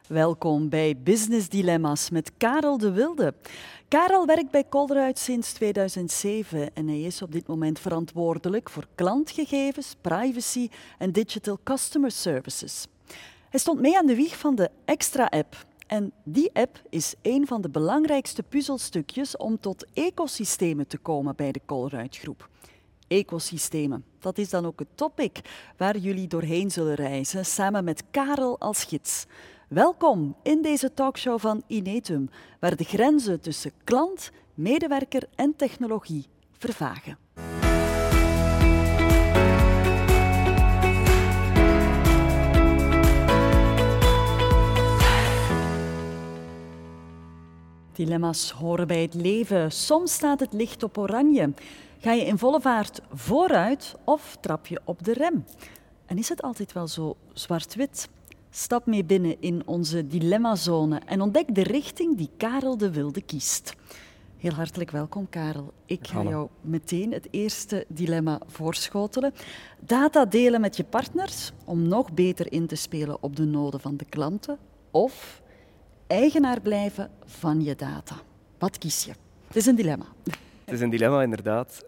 Welkom bij Business Dilemma's met Karel de Wilde. Karel werkt bij Colruyt sinds 2007 en hij is op dit moment verantwoordelijk voor klantgegevens, privacy en digital customer services. Hij stond mee aan de wieg van de Extra-app. En die app is een van de belangrijkste puzzelstukjes om tot ecosystemen te komen bij de Colruyt Groep. Ecosystemen, dat is dan ook het topic waar jullie doorheen zullen reizen, samen met Karel als gids. Welkom in deze talkshow van Inetum, waar de grenzen tussen klant, medewerker en technologie vervagen. Dilemma's horen bij het leven. Soms staat het licht op oranje. Ga je in volle vaart vooruit of trap je op de rem? En is het altijd wel zo zwart-wit? Stap mee binnen in onze dilemma-zone en ontdek de richting die Karel de Wilde kiest. Heel hartelijk welkom, Karel. Ik ga jou meteen het eerste dilemma voorschotelen. Data delen met je partners om nog beter in te spelen op de noden van de klanten of eigenaar blijven van je data. Wat kies je? Het is een dilemma. Het is een dilemma, inderdaad.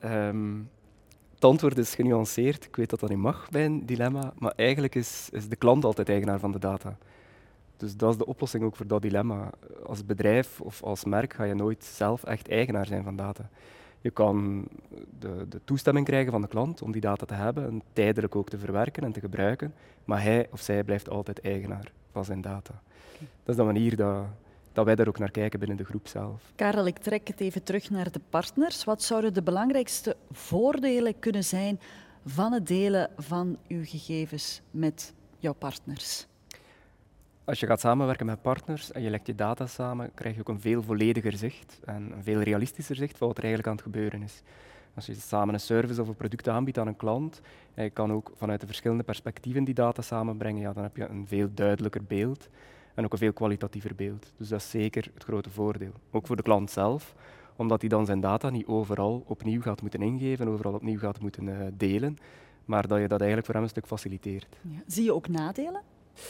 Het antwoord is genuanceerd. Ik weet dat dat niet mag bij een dilemma, maar eigenlijk is de klant altijd eigenaar van de data. Dus dat is de oplossing ook voor dat dilemma. Als bedrijf of als merk ga je nooit zelf echt eigenaar zijn van data. Je kan de toestemming krijgen van de klant om die data te hebben en tijdelijk ook te verwerken en te gebruiken, maar hij of zij blijft altijd eigenaar van zijn data. Dat is de manier dat wij daar ook naar kijken binnen de groep zelf. Karel, ik trek het even terug naar de partners. Wat zouden de belangrijkste voordelen kunnen zijn van het delen van uw gegevens met jouw partners? Als je gaat samenwerken met partners en je legt je data samen, krijg je ook een veel vollediger zicht en een veel realistischer zicht van wat er eigenlijk aan het gebeuren is. Als je samen een service of een product aanbiedt aan een klant, en je kan ook vanuit de verschillende perspectieven die data samenbrengen, ja, dan heb je een veel duidelijker beeld. En ook een veel kwalitatiever beeld. Dus dat is zeker het grote voordeel. Ook voor de klant zelf, omdat hij dan zijn data niet overal opnieuw gaat moeten ingeven, overal opnieuw gaat moeten delen, maar dat je dat eigenlijk voor hem een stuk faciliteert. Ja. Zie je ook nadelen?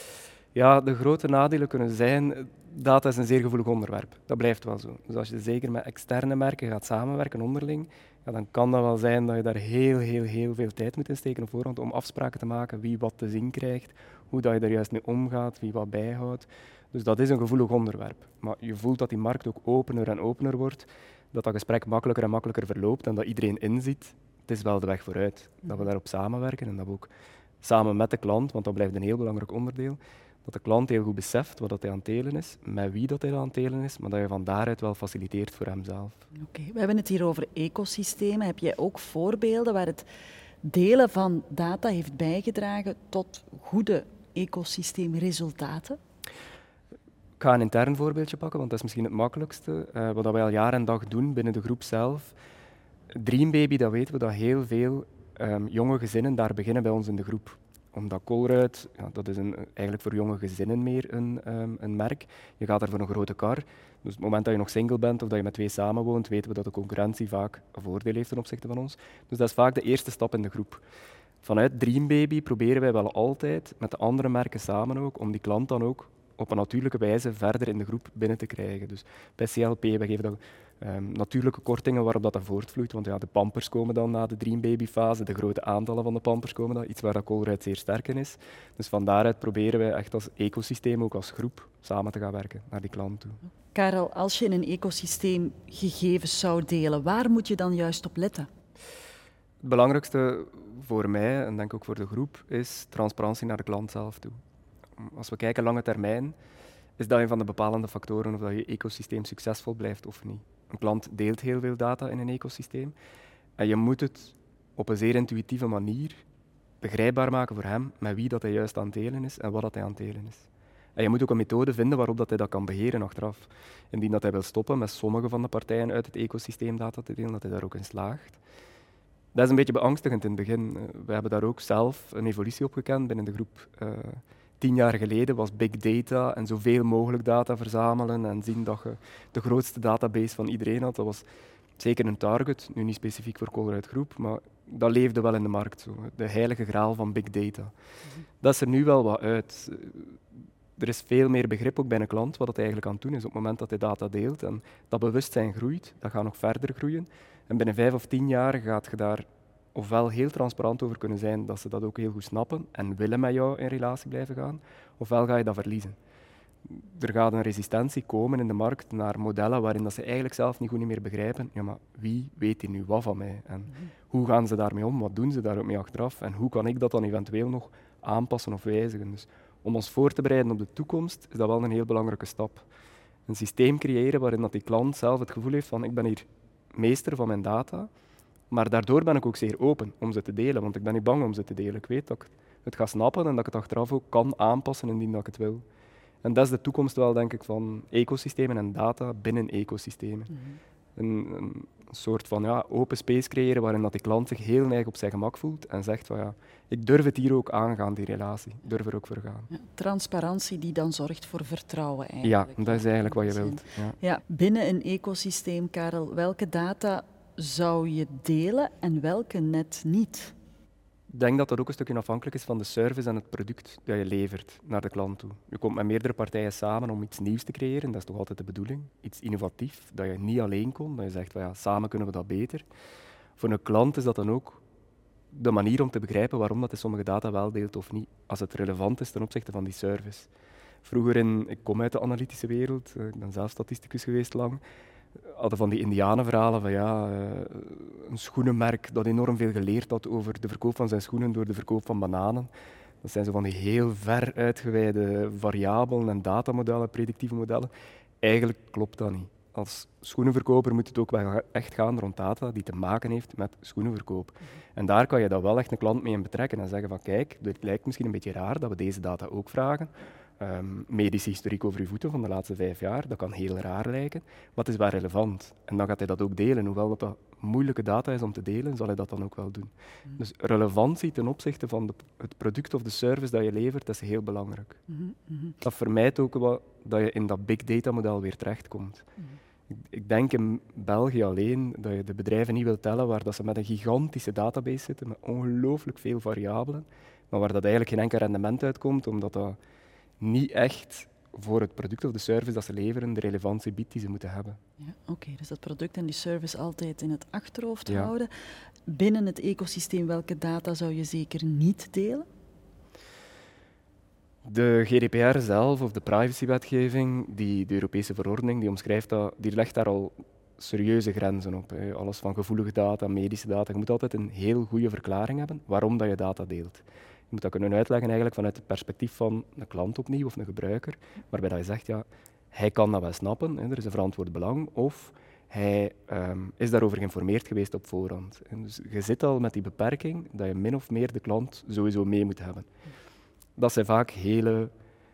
Ja, de grote nadelen kunnen zijn, data is een zeer gevoelig onderwerp. Dat blijft wel zo. Dus als je zeker met externe merken gaat samenwerken onderling, ja, dan kan dat wel zijn dat je daar heel veel tijd moet in steken op voorhand om afspraken te maken wie wat te zien krijgt, hoe dat je daar juist mee omgaat, wie wat bijhoudt. Dus dat is een gevoelig onderwerp. Maar je voelt dat die markt ook opener en opener wordt, dat dat gesprek makkelijker en makkelijker verloopt en dat iedereen inziet, het is wel de weg vooruit. Dat we daarop samenwerken en dat we ook samen met de klant, want dat blijft een heel belangrijk onderdeel, dat de klant heel goed beseft wat dat hij aan het delen is, met wie dat hij aan het delen is, maar dat je van daaruit wel faciliteert voor hemzelf. Oké, we hebben het hier over ecosystemen. Heb jij ook voorbeelden waar het delen van data heeft bijgedragen tot goede ecosysteemresultaten? Ik ga een intern voorbeeldje pakken, want dat is misschien het makkelijkste. Wat wij al jaar en dag doen binnen de groep zelf. Dreambaby, dat weten we dat heel veel jonge gezinnen daar beginnen bij ons in de groep. Omdat Colruyt, ja, dat is eigenlijk voor jonge gezinnen meer een merk. Je gaat er voor een grote kar. Dus op het moment dat je nog single bent of dat je met twee samenwoont, weten we dat de concurrentie vaak een voordeel heeft ten opzichte van ons. Dus dat is vaak de eerste stap in de groep. Vanuit Dreambaby proberen wij wel altijd, met de andere merken samen ook, om die klant dan ook op een natuurlijke wijze verder in de groep binnen te krijgen. Dus bij CLP, wij geven dat natuurlijke kortingen waarop dat voortvloeit, want ja, de pampers komen dan na de Dreambaby-fase, de grote aantallen van de pampers komen dan, iets waar dat Colruyt zeer sterk in is. Dus van daaruit proberen wij echt als ecosysteem, ook als groep, samen te gaan werken naar die klant toe. Karel, als je in een ecosysteem gegevens zou delen, waar moet je dan juist op letten? Het belangrijkste voor mij, en denk ook voor de groep, is transparantie naar de klant zelf toe. Als we kijken lange termijn, is dat een van de bepalende factoren of dat je ecosysteem succesvol blijft of niet. Een klant deelt heel veel data in een ecosysteem en je moet het op een zeer intuïtieve manier begrijpbaar maken voor hem met wie dat hij juist aan het delen is en wat dat hij aan het delen is. En je moet ook een methode vinden waarop dat hij dat kan beheren achteraf. Indien dat hij wil stoppen met sommige van de partijen uit het ecosysteem data te delen, dat hij daar ook in slaagt. Dat is een beetje beangstigend in het begin. We hebben daar ook zelf een evolutie op gekend binnen de groep. 10 jaar geleden was big data en zoveel mogelijk data verzamelen en zien dat je de grootste database van iedereen had. Dat was zeker een target, nu niet specifiek voor Colruyt Groep, maar dat leefde wel in de markt. Zo. De heilige graal van big data. Dat is er nu wel wat uit. er is veel meer begrip ook bij een klant wat het eigenlijk aan het doen is op het moment dat hij data deelt. En dat bewustzijn groeit, dat gaat nog verder groeien. En binnen 5 of 10 jaar gaat je daar ofwel heel transparant over kunnen zijn dat ze dat ook heel goed snappen en willen met jou in relatie blijven gaan, ofwel ga je dat verliezen. Er gaat een resistentie komen in de markt naar modellen waarin dat ze eigenlijk zelf niet goed meer begrijpen, ja, maar wie weet hier nu wat van mij? En hoe gaan ze daarmee om? Wat doen ze daar ook mee achteraf? En hoe kan ik dat dan eventueel nog aanpassen of wijzigen? Dus om ons voor te bereiden op de toekomst is dat wel een heel belangrijke stap. Een systeem creëren waarin dat die klant zelf het gevoel heeft van ik ben hier meester van mijn data, maar daardoor ben ik ook zeer open om ze te delen, want ik ben niet bang om ze te delen. Ik weet dat ik het ga snappen en dat ik het achteraf ook kan aanpassen indien dat ik het wil. En dat is de toekomst wel, denk ik, van ecosystemen en data binnen ecosystemen. Een soort van open space creëren waarin dat die klant zich heel erg op zijn gemak voelt en zegt van ja, ik durf het hier ook aangaan, die relatie. Ik durf er ook voor gaan. Ja, transparantie die dan zorgt voor vertrouwen eigenlijk. Ja, dat is eigenlijk wat je wilt. Ja, binnen een ecosysteem, Karel, welke data zou je delen en welke net niet? Ik denk dat dat ook een stukje afhankelijk is van de service en het product dat je levert naar de klant toe. Je komt met meerdere partijen samen om iets nieuws te creëren, dat is toch altijd de bedoeling. Iets innovatief, dat je niet alleen kon, dat je zegt van ja, samen kunnen we dat beter. Voor een klant is dat dan ook de manier om te begrijpen waarom dat hij sommige data wel deelt of niet, als het relevant is ten opzichte van die service. Vroeger, ik kom uit de analytische wereld, ik ben zelf statisticus geweest lang, hadden van die indianenverhalen van een schoenenmerk dat enorm veel geleerd had over de verkoop van zijn schoenen door de verkoop van bananen. Dat zijn zo van die heel ver uitgewijde variabelen en datamodellen, predictieve modellen. Eigenlijk klopt dat niet. Als schoenenverkoper moet het ook wel echt gaan rond data die te maken heeft met schoenenverkoop. En daar kan je dan wel echt een klant mee in betrekken en zeggen van kijk, het lijkt misschien een beetje raar dat we deze data ook vragen. Medische historiek over je voeten van de laatste 5 jaar, dat kan heel raar lijken, maar het is wel relevant. En dan gaat hij dat ook delen. Hoewel dat moeilijke data is om te delen, zal hij dat dan ook wel doen. Dus relevantie ten opzichte van het product of de service dat je levert, dat is heel belangrijk. Dat vermijdt ook wat dat je in dat big data model weer terechtkomt. Ik denk in België alleen dat je de bedrijven niet wilt tellen waar dat ze met een gigantische database zitten, met ongelooflijk veel variabelen, maar waar dat eigenlijk geen enkel rendement uitkomt, omdat dat niet echt voor het product of de service dat ze leveren de relevantie biedt die ze moeten hebben. Ja, Oké, dus dat product en die service altijd in het achterhoofd houden. Binnen het ecosysteem, welke data zou je zeker niet delen? De GDPR zelf, of de privacywetgeving, de Europese verordening, die omschrijft dat, die legt daar al serieuze grenzen op. Alles van gevoelige data, medische data. Je moet altijd een heel goede verklaring hebben waarom dat je data deelt. Je moet dat kunnen uitleggen eigenlijk vanuit het perspectief van een klant opnieuw of een gebruiker, waarbij dat je zegt, ja, hij kan dat wel snappen, er is een verantwoord belang, of hij is daarover geïnformeerd geweest op voorhand. En dus je zit al met die beperking dat je min of meer de klant sowieso mee moet hebben. Dat zijn vaak hele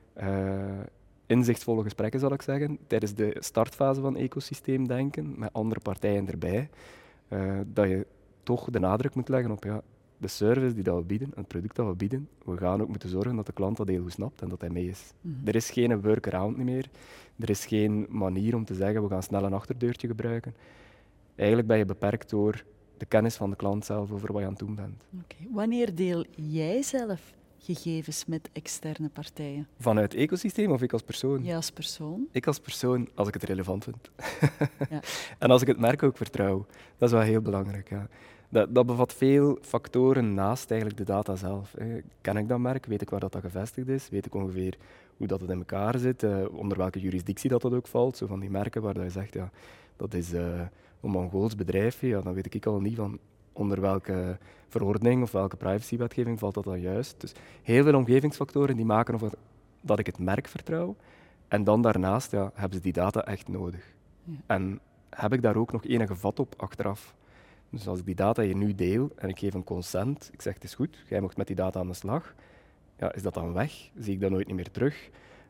inzichtvolle gesprekken, zal ik zeggen, tijdens de startfase van ecosysteemdenken, met andere partijen erbij, dat je toch de nadruk moet leggen op de service die dat we bieden, het product dat we bieden, we gaan ook moeten zorgen dat de klant dat heel goed snapt en dat hij mee is. Er is geen workaround meer, er is geen manier om te zeggen we gaan snel een achterdeurtje gebruiken. Eigenlijk ben je beperkt door de kennis van de klant zelf over wat je aan het doen bent. Okay. Wanneer deel jij zelf gegevens met externe partijen? Vanuit het ecosysteem of ik als persoon? Ja, als persoon. Ik als persoon, als ik het relevant vind. Ja. En als ik het merk ook vertrouw. Dat is wel heel belangrijk. Ja. Dat bevat veel factoren naast eigenlijk de data zelf. Ken ik dat merk? Weet ik waar dat gevestigd is? Weet ik ongeveer hoe dat het in elkaar zit? Onder welke jurisdictie dat ook valt? Zo van die merken waar je zegt, ja, dat is een Mongools bedrijfje. Ja, dan weet ik al niet van onder welke verordening of welke privacywetgeving valt dat dan juist. Dus heel veel omgevingsfactoren die maken of dat ik het merk vertrouw. En dan daarnaast hebben ze die data echt nodig. Ja. En heb ik daar ook nog enige vat op achteraf? Dus als ik die data hier nu deel en ik geef een consent, ik zeg het is goed, jij mocht met die data aan de slag, is dat dan weg? Zie ik dat nooit niet meer terug?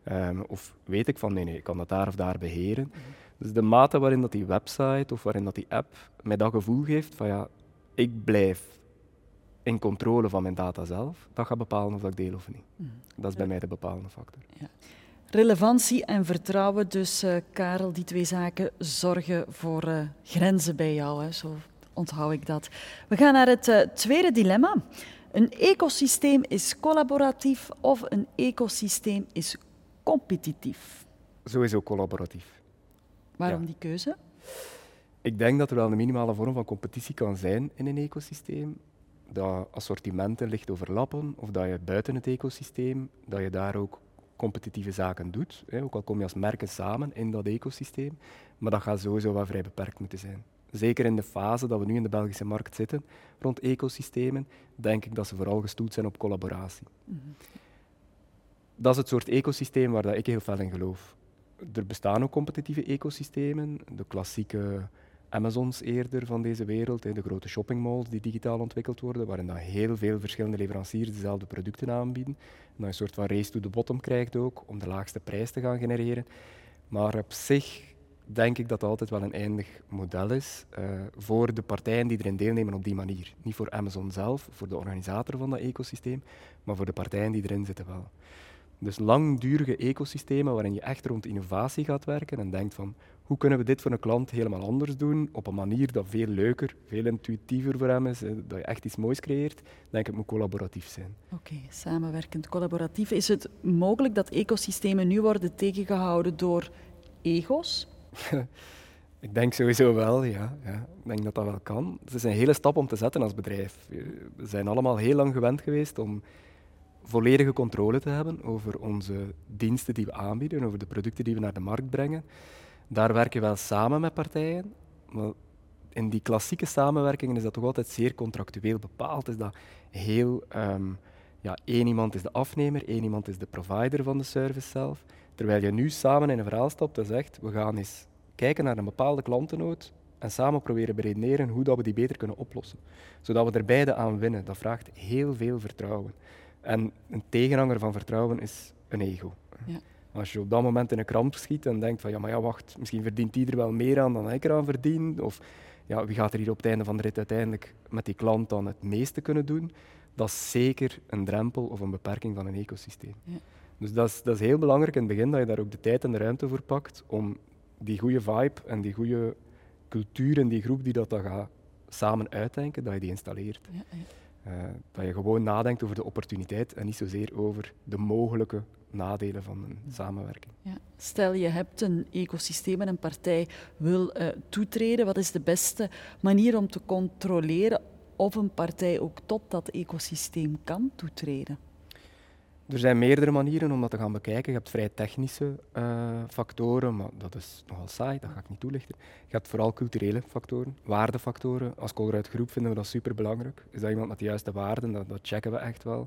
Of weet ik van nee, ik kan dat daar of daar beheren? Dus de mate waarin dat die website of waarin dat die app mij dat gevoel geeft van ik blijf in controle van mijn data zelf, dat gaat bepalen of ik deel of niet. Dat is bij mij de bepalende factor. Ja. Relevantie en vertrouwen, dus Karel, die 2 zaken zorgen voor grenzen bij jou, hè? Zo onthoud ik dat. We gaan naar het tweede dilemma. Een ecosysteem is collaboratief of een ecosysteem is competitief? Sowieso collaboratief. Waarom Ja. die keuze? Ik denk dat er wel een minimale vorm van competitie kan zijn in een ecosysteem. Dat assortimenten licht overlappen of dat je buiten het ecosysteem, dat je daar ook competitieve zaken doet. Ook al kom je als merken samen in dat ecosysteem, maar dat gaat sowieso wel vrij beperkt moeten zijn. Zeker in de fase dat we nu in de Belgische markt zitten rond ecosystemen, denk ik dat ze vooral gestoeld zijn op collaboratie. Dat is het soort ecosysteem waar dat ik heel fel in geloof. Er bestaan ook competitieve ecosystemen, de klassieke Amazons eerder van deze wereld, de grote shoppingmalls die digitaal ontwikkeld worden, waarin dat heel veel verschillende leveranciers dezelfde producten aanbieden. En dat je een soort van race to the bottom krijgt ook, om de laagste prijs te gaan genereren. Maar op zich denk ik dat het altijd wel een eindig model is voor de partijen die erin deelnemen op die manier. Niet voor Amazon zelf, voor de organisator van dat ecosysteem, maar voor de partijen die erin zitten wel. Dus langdurige ecosystemen waarin je echt rond innovatie gaat werken en denkt van hoe kunnen we dit voor een klant helemaal anders doen, op een manier dat veel leuker, veel intuïtiever voor hem is, dat je echt iets moois creëert, denk ik het moet collaboratief zijn. Oké, samenwerkend, collaboratief. Is het mogelijk dat ecosystemen nu worden tegengehouden door ego's? Ik denk sowieso wel, ja. Ik denk dat dat wel kan. Het is een hele stap om te zetten als bedrijf. We zijn allemaal heel lang gewend geweest om volledige controle te hebben over onze diensten die we aanbieden, over de producten die we naar de markt brengen. Daar werk je wel samen met partijen, maar in die klassieke samenwerkingen is dat toch altijd zeer contractueel bepaald. Is dat heel, één iemand is de afnemer, één iemand is de provider van de service zelf. Terwijl je nu samen in een verhaal stapt en zegt, we gaan eens kijken naar een bepaalde klantennood en samen proberen beredeneren hoe dat we die beter kunnen oplossen. Zodat we er beide aan winnen. Dat vraagt heel veel vertrouwen. En een tegenhanger van vertrouwen is een ego. Ja. Als je op dat moment in een kramp schiet en denkt van wacht, misschien verdient die er wel meer aan dan ik eraan verdien, of wie gaat er hier op het einde van de rit uiteindelijk met die klant dan het meeste kunnen doen, dat is zeker een drempel of een beperking van een ecosysteem. Ja. Dus dat is heel belangrijk in het begin, dat je daar ook de tijd en de ruimte voor pakt om die goede vibe en die goede cultuur in die groep die dat gaat samen uitdenken, dat je die installeert. Ja. Dat je gewoon nadenkt over de opportuniteit en niet zozeer over de mogelijke nadelen van een samenwerking. Ja. Stel, je hebt een ecosysteem en een partij wil toetreden. Wat is de beste manier om te controleren of een partij ook tot dat ecosysteem kan toetreden? Er zijn meerdere manieren om dat te gaan bekijken. Je hebt vrij technische factoren, maar dat is nogal saai, dat ga ik niet toelichten. Je hebt vooral culturele factoren, waardefactoren. Als Colruyt Groep vinden we dat superbelangrijk. Is dat iemand met de juiste waarden? Dat checken we echt wel.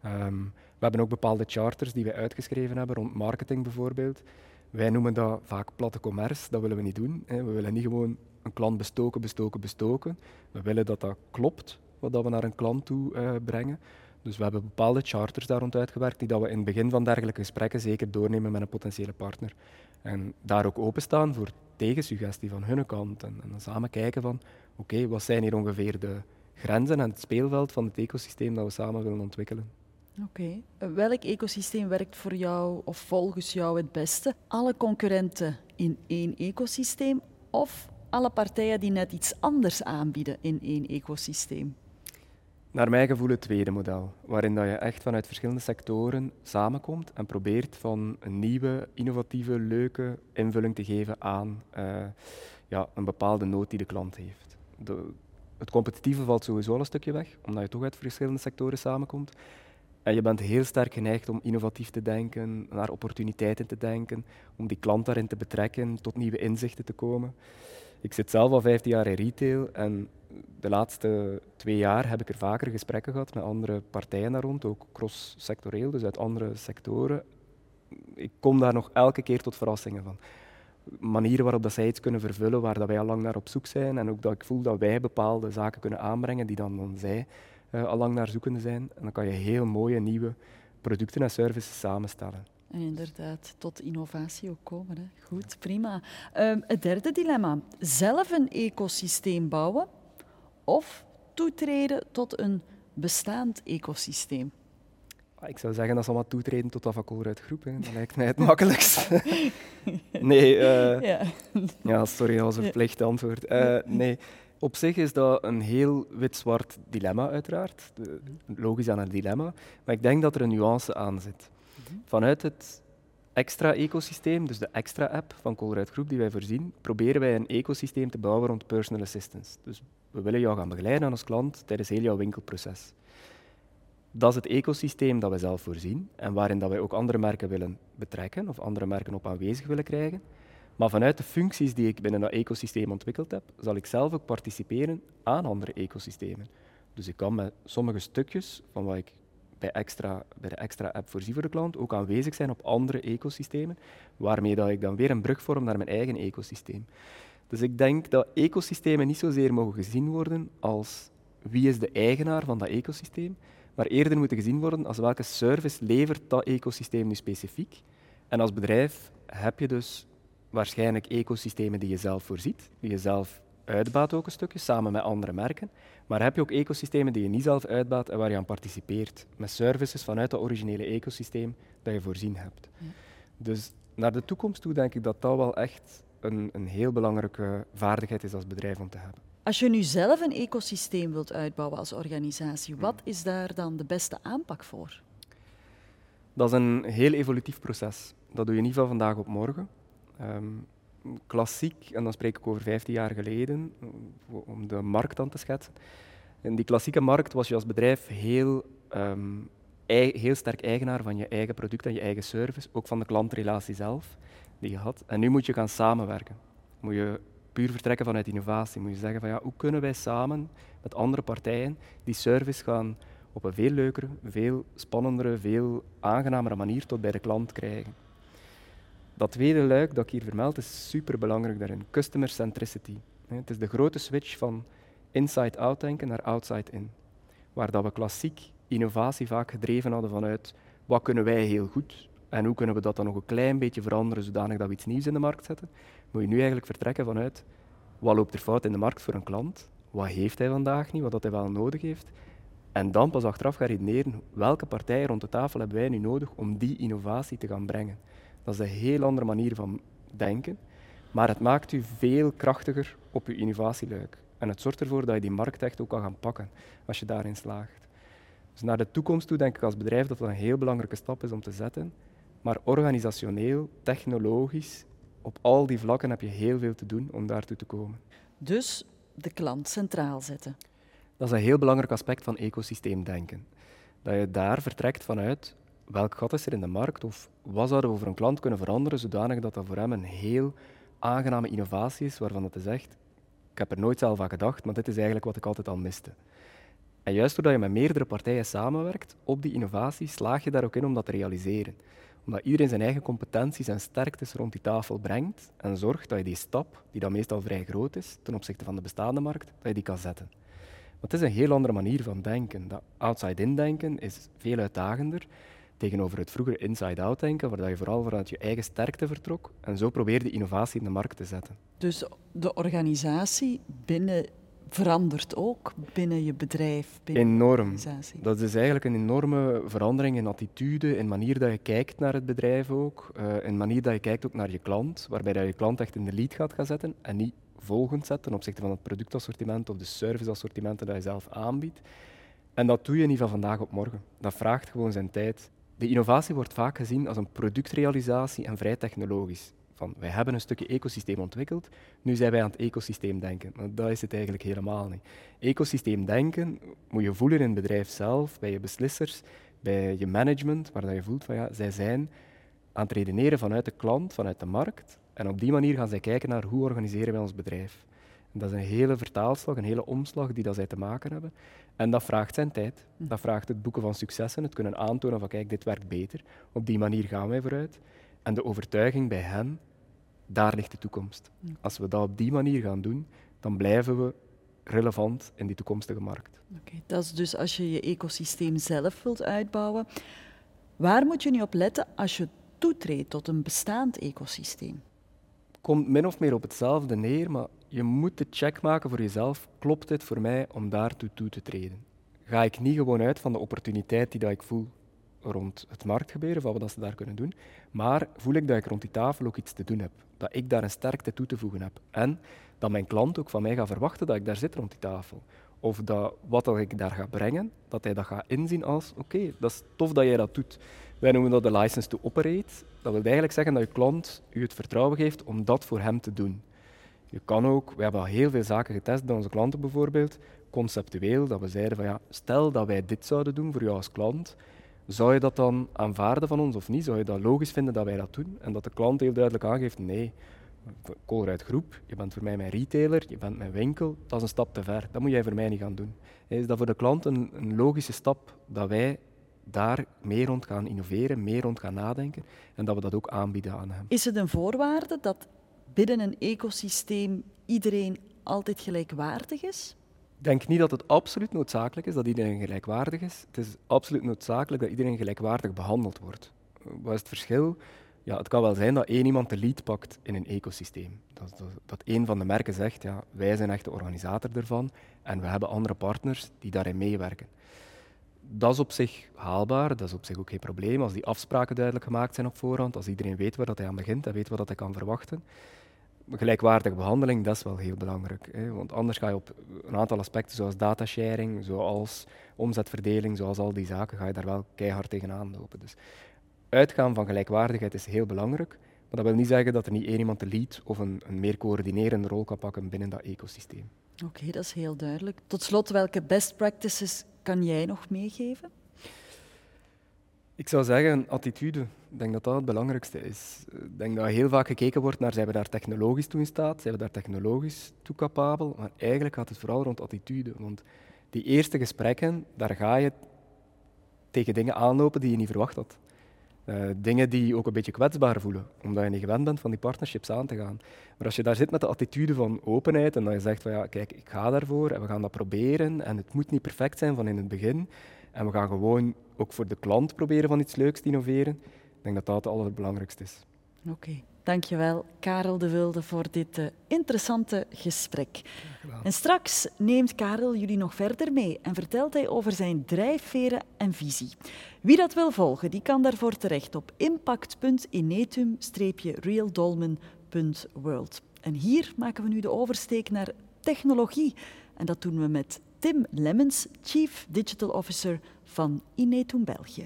We hebben ook bepaalde charters die wij uitgeschreven hebben, rond marketing bijvoorbeeld. Wij noemen dat vaak platte commerce, dat willen we niet doen. We willen niet gewoon een klant bestoken. We willen dat dat klopt, wat we naar een klant toe brengen. Dus we hebben bepaalde charters daar rond uitgewerkt die dat we in het begin van dergelijke gesprekken zeker doornemen met een potentiële partner. En daar ook openstaan voor tegensuggestie van hun kant. En dan samen kijken van, oké, wat zijn hier ongeveer de grenzen en het speelveld van het ecosysteem dat we samen willen ontwikkelen. Oké. Welk ecosysteem werkt voor jou of volgens jou het beste? Alle concurrenten in één ecosysteem of alle partijen die net iets anders aanbieden in één ecosysteem? Naar mijn gevoel het tweede model, waarin dat je echt vanuit verschillende sectoren samenkomt en probeert van een nieuwe, innovatieve, leuke invulling te geven aan een bepaalde nood die de klant heeft. Het competitieve valt sowieso al een stukje weg, omdat je toch uit verschillende sectoren samenkomt. En je bent heel sterk geneigd om innovatief te denken, naar opportuniteiten te denken, om die klant daarin te betrekken, tot nieuwe inzichten te komen. Ik zit zelf al 15 jaar in retail en de laatste 2 jaar heb ik er vaker gesprekken gehad met andere partijen daar rond, ook cross-sectoreel, dus uit andere sectoren. Ik kom daar nog elke keer tot verrassingen van. Manieren waarop dat zij iets kunnen vervullen waar dat wij al lang naar op zoek zijn en ook dat ik voel dat wij bepaalde zaken kunnen aanbrengen die dan zij al lang naar zoekende zijn. En dan kan je heel mooie nieuwe producten en services samenstellen. En inderdaad, tot innovatie ook komen. Hè. Goed, prima. Het derde dilemma. Zelf een ecosysteem bouwen of toetreden tot een bestaand ecosysteem? Ik zou zeggen dat ze allemaal toetreden tot dat van Colruyt Groep. Hè. Dat lijkt mij het makkelijkst. Nee, sorry, dat was een verplicht antwoord. Nee. Op zich is dat een heel wit-zwart dilemma uiteraard. Logisch aan het dilemma. Maar ik denk dat er een nuance aan zit. Vanuit het extra-ecosysteem, dus de extra-app van Colruyt Groep die wij voorzien, proberen wij een ecosysteem te bouwen rond personal assistance. Dus we willen jou gaan begeleiden als klant tijdens heel jouw winkelproces. Dat is het ecosysteem dat wij zelf voorzien en waarin dat wij ook andere merken willen betrekken of andere merken op aanwezig willen krijgen. Maar vanuit de functies die ik binnen dat ecosysteem ontwikkeld heb, zal ik zelf ook participeren aan andere ecosystemen. Dus ik kan met sommige stukjes van wat ik bij de extra-app voorzie voor de klant ook aanwezig zijn op andere ecosystemen, waarmee dat ik dan weer een brug vorm naar mijn eigen ecosysteem. Dus ik denk dat ecosystemen niet zozeer mogen gezien worden als wie is de eigenaar van dat ecosysteem, maar eerder moeten gezien worden als welke service levert dat ecosysteem nu specifiek. En als bedrijf heb je dus waarschijnlijk ecosystemen die je zelf voorziet, die je zelf uitbaat ook een stukje, samen met andere merken. Maar heb je ook ecosystemen die je niet zelf uitbaat en waar je aan participeert, met services vanuit dat originele ecosysteem dat je voorzien hebt. Ja. Dus naar de toekomst toe denk ik dat dat wel echt een heel belangrijke vaardigheid is als bedrijf om te hebben. Als je nu zelf een ecosysteem wilt uitbouwen als organisatie, wat is daar dan de beste aanpak voor? Dat is een heel evolutief proces. Dat doe je niet van vandaag op morgen. Klassiek, en dan spreek ik over 15 jaar geleden, om de markt aan te schetsen. In die klassieke markt was je als bedrijf heel sterk eigenaar van je eigen product en je eigen service, ook van de klantrelatie zelf die je had. En nu moet je gaan samenwerken. Moet je puur vertrekken vanuit innovatie. Moet je zeggen van ja, hoe kunnen wij samen met andere partijen die service gaan op een veel leukere, veel spannendere, veel aangenamere manier tot bij de klant krijgen. Dat tweede luik dat ik hier vermeld is superbelangrijk daarin. Customer centricity. Het is de grote switch van inside-out denken naar outside-in. Waar dat we klassiek innovatie vaak gedreven hadden vanuit wat kunnen wij heel goed en hoe kunnen we dat dan nog een klein beetje veranderen zodanig dat we iets nieuws in de markt zetten, moet je nu eigenlijk vertrekken vanuit wat loopt er fout in de markt voor een klant, wat heeft hij vandaag niet, wat dat hij wel nodig heeft, en dan pas achteraf gaan redeneren welke partijen rond de tafel hebben wij nu nodig om die innovatie te gaan brengen. Dat is een heel andere manier van denken, maar het maakt u veel krachtiger op uw innovatieluik. En het zorgt ervoor dat je die markt echt ook kan gaan pakken als je daarin slaagt. Dus naar de toekomst toe denk ik als bedrijf dat dat een heel belangrijke stap is om te zetten. Maar organisationeel, technologisch, op al die vlakken heb je heel veel te doen om daartoe te komen. Dus de klant centraal zetten. Dat is een heel belangrijk aspect van ecosysteemdenken. Dat je daar vertrekt vanuit welk gat is er in de markt of wat zouden we voor een klant kunnen veranderen zodanig dat dat voor hem een heel aangename innovatie is waarvan het zegt, ik heb er nooit zelf aan gedacht, maar dit is eigenlijk wat ik altijd al miste. En juist doordat je met meerdere partijen samenwerkt op die innovatie, slaag je daar ook in om dat te realiseren. Omdat iedereen zijn eigen competenties en sterktes rond die tafel brengt en zorgt dat je die stap, die dan meestal vrij groot is ten opzichte van de bestaande markt, dat je die kan zetten. Maar het is een heel andere manier van denken. Dat outside-in denken is veel uitdagender tegenover het vroegere inside-out denken, waar je vooral vanuit je eigen sterkte vertrok en zo probeerde innovatie in de markt te zetten. Dus de organisatie verandert ook binnen je bedrijf? Enorm. Dat is eigenlijk een enorme verandering in attitude, in manier dat je kijkt naar het bedrijf ook, in manier dat je kijkt ook naar je klant, waarbij dat je klant echt in de lead gaat gaan zetten en niet volgend zetten ten opzichte van het productassortiment of de serviceassortimenten dat je zelf aanbiedt. En dat doe je niet van vandaag op morgen. Dat vraagt gewoon zijn tijd. De innovatie wordt vaak gezien als een productrealisatie en vrij technologisch. Wij hebben een stukje ecosysteem ontwikkeld, nu zijn wij aan het ecosysteem denken. Maar dat is het eigenlijk helemaal niet. Ecosysteem denken moet je voelen in het bedrijf zelf, bij je beslissers, bij je management, waar je voelt van ja, zij zijn aan het redeneren vanuit de klant, vanuit de markt. En op die manier gaan zij kijken naar hoe organiseren wij ons bedrijf. En dat is een hele vertaalslag, een hele omslag die dat zij te maken hebben. En dat vraagt zijn tijd. Dat vraagt het boeken van successen, het kunnen aantonen van kijk, dit werkt beter. Op die manier gaan wij vooruit. En de overtuiging bij hen, daar ligt de toekomst. Als we dat op die manier gaan doen, dan blijven we relevant in die toekomstige markt. Okay, dat is dus als je je ecosysteem zelf wilt uitbouwen. Waar moet je nu op letten als je toetreedt tot een bestaand ecosysteem? Komt min of meer op hetzelfde neer, maar je moet de check maken voor jezelf. Klopt dit voor mij om daartoe toe te treden? Ga ik niet gewoon uit van de opportuniteit die dat ik voel rond het marktgebeuren, van wat ze daar kunnen doen, maar voel ik dat ik rond die tafel ook iets te doen heb. Dat ik daar een sterkte toe te voegen heb. En dat mijn klant ook van mij gaat verwachten dat ik daar zit rond die tafel. Of dat wat dat ik daar ga brengen, dat hij dat gaat inzien als oké, dat is tof dat jij dat doet. Wij noemen dat de license to operate. Dat wil eigenlijk zeggen dat je klant u het vertrouwen geeft om dat voor hem te doen. Je kan ook, we hebben al heel veel zaken getest bij onze klanten bijvoorbeeld, conceptueel, dat we zeiden van ja, stel dat wij dit zouden doen voor jou als klant, zou je dat dan aanvaarden van ons of niet? Zou je dat logisch vinden dat wij dat doen? En dat de klant heel duidelijk aangeeft, nee, Colruyt Groep, je bent voor mij mijn retailer, je bent mijn winkel, dat is een stap te ver. Dat moet jij voor mij niet gaan doen. Is dat voor de klant een logische stap dat wij daar meer rond gaan innoveren, meer rond gaan nadenken en dat we dat ook aanbieden aan hem. Is het een voorwaarde dat binnen een ecosysteem iedereen altijd gelijkwaardig is? Ik denk niet dat het absoluut noodzakelijk is dat iedereen gelijkwaardig is. Het is absoluut noodzakelijk dat iedereen gelijkwaardig behandeld wordt. Wat is het verschil? Ja, het kan wel zijn dat één iemand de lead pakt in een ecosysteem. Dat één van de merken zegt, ja, wij zijn echt de organisator ervan en we hebben andere partners die daarin meewerken. Dat is op zich haalbaar, dat is op zich ook geen probleem. Als die afspraken duidelijk gemaakt zijn op voorhand, als iedereen weet waar dat hij aan begint en weet wat dat hij kan verwachten. Gelijkwaardige behandeling, dat is wel heel belangrijk. Hè? Want anders ga je op een aantal aspecten, zoals datasharing, zoals omzetverdeling, zoals al die zaken, ga je daar wel keihard tegenaan lopen. Dus uitgaan van gelijkwaardigheid is heel belangrijk, maar dat wil niet zeggen dat er niet één iemand de lead of een meer coördinerende rol kan pakken binnen dat ecosysteem. Oké, dat is heel duidelijk. Tot slot, welke best practices kan jij nog meegeven? Ik zou zeggen, attitude. Ik denk dat dat het belangrijkste is. Ik denk dat heel vaak gekeken wordt naar zijn we daar technologisch toe in staat, zijn we daar technologisch toe capabel, maar eigenlijk gaat het vooral rond attitude. Want die eerste gesprekken, daar ga je tegen dingen aanlopen die je niet verwacht had. Dingen die je ook een beetje kwetsbaar voelen, omdat je niet gewend bent van die partnerships aan te gaan. Maar als je daar zit met de attitude van openheid en dat je zegt van ja, kijk, ik ga daarvoor en we gaan dat proberen en het moet niet perfect zijn van in het begin en we gaan gewoon ook voor de klant proberen van iets leuks te innoveren, ik denk dat dat het allerbelangrijkste is. Oké, dankjewel Karel de Wilde voor dit interessante gesprek. En straks neemt Karel jullie nog verder mee en vertelt hij over zijn drijfveren en visie. Wie dat wil volgen, die kan daarvoor terecht op impact.inetum-realdolmen.world. En hier maken we nu de oversteek naar technologie. En dat doen we met Tim Lemmens, Chief Digital Officer van Inetum België.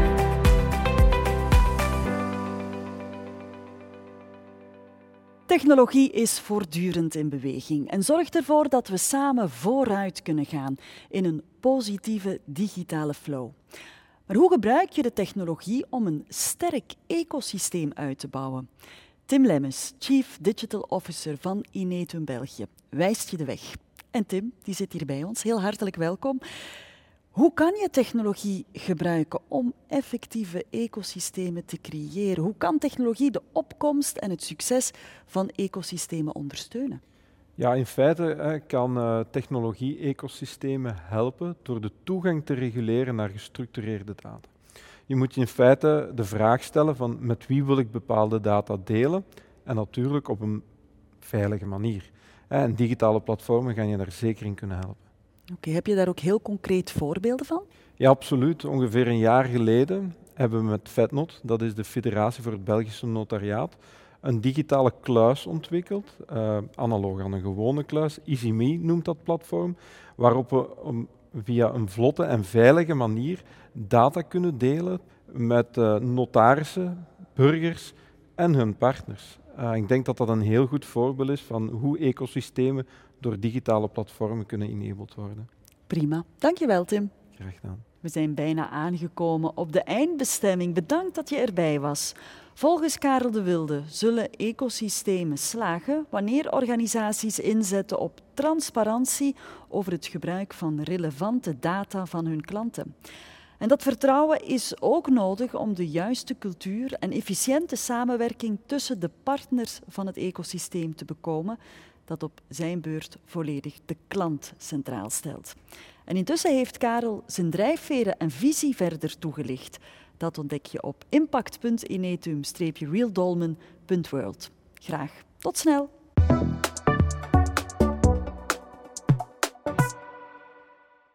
Technologie is voortdurend in beweging en zorgt ervoor dat we samen vooruit kunnen gaan in een positieve digitale flow. Maar hoe gebruik je de technologie om een sterk ecosysteem uit te bouwen? Tim Lemmens, Chief Digital Officer van Inetum België, wijst je de weg. En Tim, die zit hier bij ons. Heel hartelijk welkom. Hoe kan je technologie gebruiken om effectieve ecosystemen te creëren? Hoe kan technologie de opkomst en het succes van ecosystemen ondersteunen? Ja, in feite kan technologie ecosystemen helpen door de toegang te reguleren naar gestructureerde data. Je moet je in feite de vraag stellen van met wie wil ik bepaalde data delen en natuurlijk op een veilige manier. En digitale platformen gaan je daar zeker in kunnen helpen. Oké, heb je daar ook heel concreet voorbeelden van? Ja, absoluut. Ongeveer een jaar geleden hebben we met FedNot, dat is de Federatie voor het Belgische Notariaat, een digitale kluis ontwikkeld, analoog aan een gewone kluis. EasyMe noemt dat platform, waarop we via een vlotte en veilige manier data kunnen delen met notarissen, burgers en hun partners. Ik denk dat dat een heel goed voorbeeld is van hoe ecosystemen door digitale platformen kunnen enabled worden. Prima. Dankjewel, Tim. Graag gedaan. We zijn bijna aangekomen op de eindbestemming. Bedankt dat je erbij was. Volgens Karel de Wilde zullen ecosystemen slagen wanneer organisaties inzetten op transparantie over het gebruik van relevante data van hun klanten. En dat vertrouwen is ook nodig om de juiste cultuur en efficiënte samenwerking tussen de partners van het ecosysteem te bekomen, dat op zijn beurt volledig de klant centraal stelt. En intussen heeft Karel zijn drijfveren en visie verder toegelicht. Dat ontdek je op impact.inetum-realdolmen.world. Graag tot snel!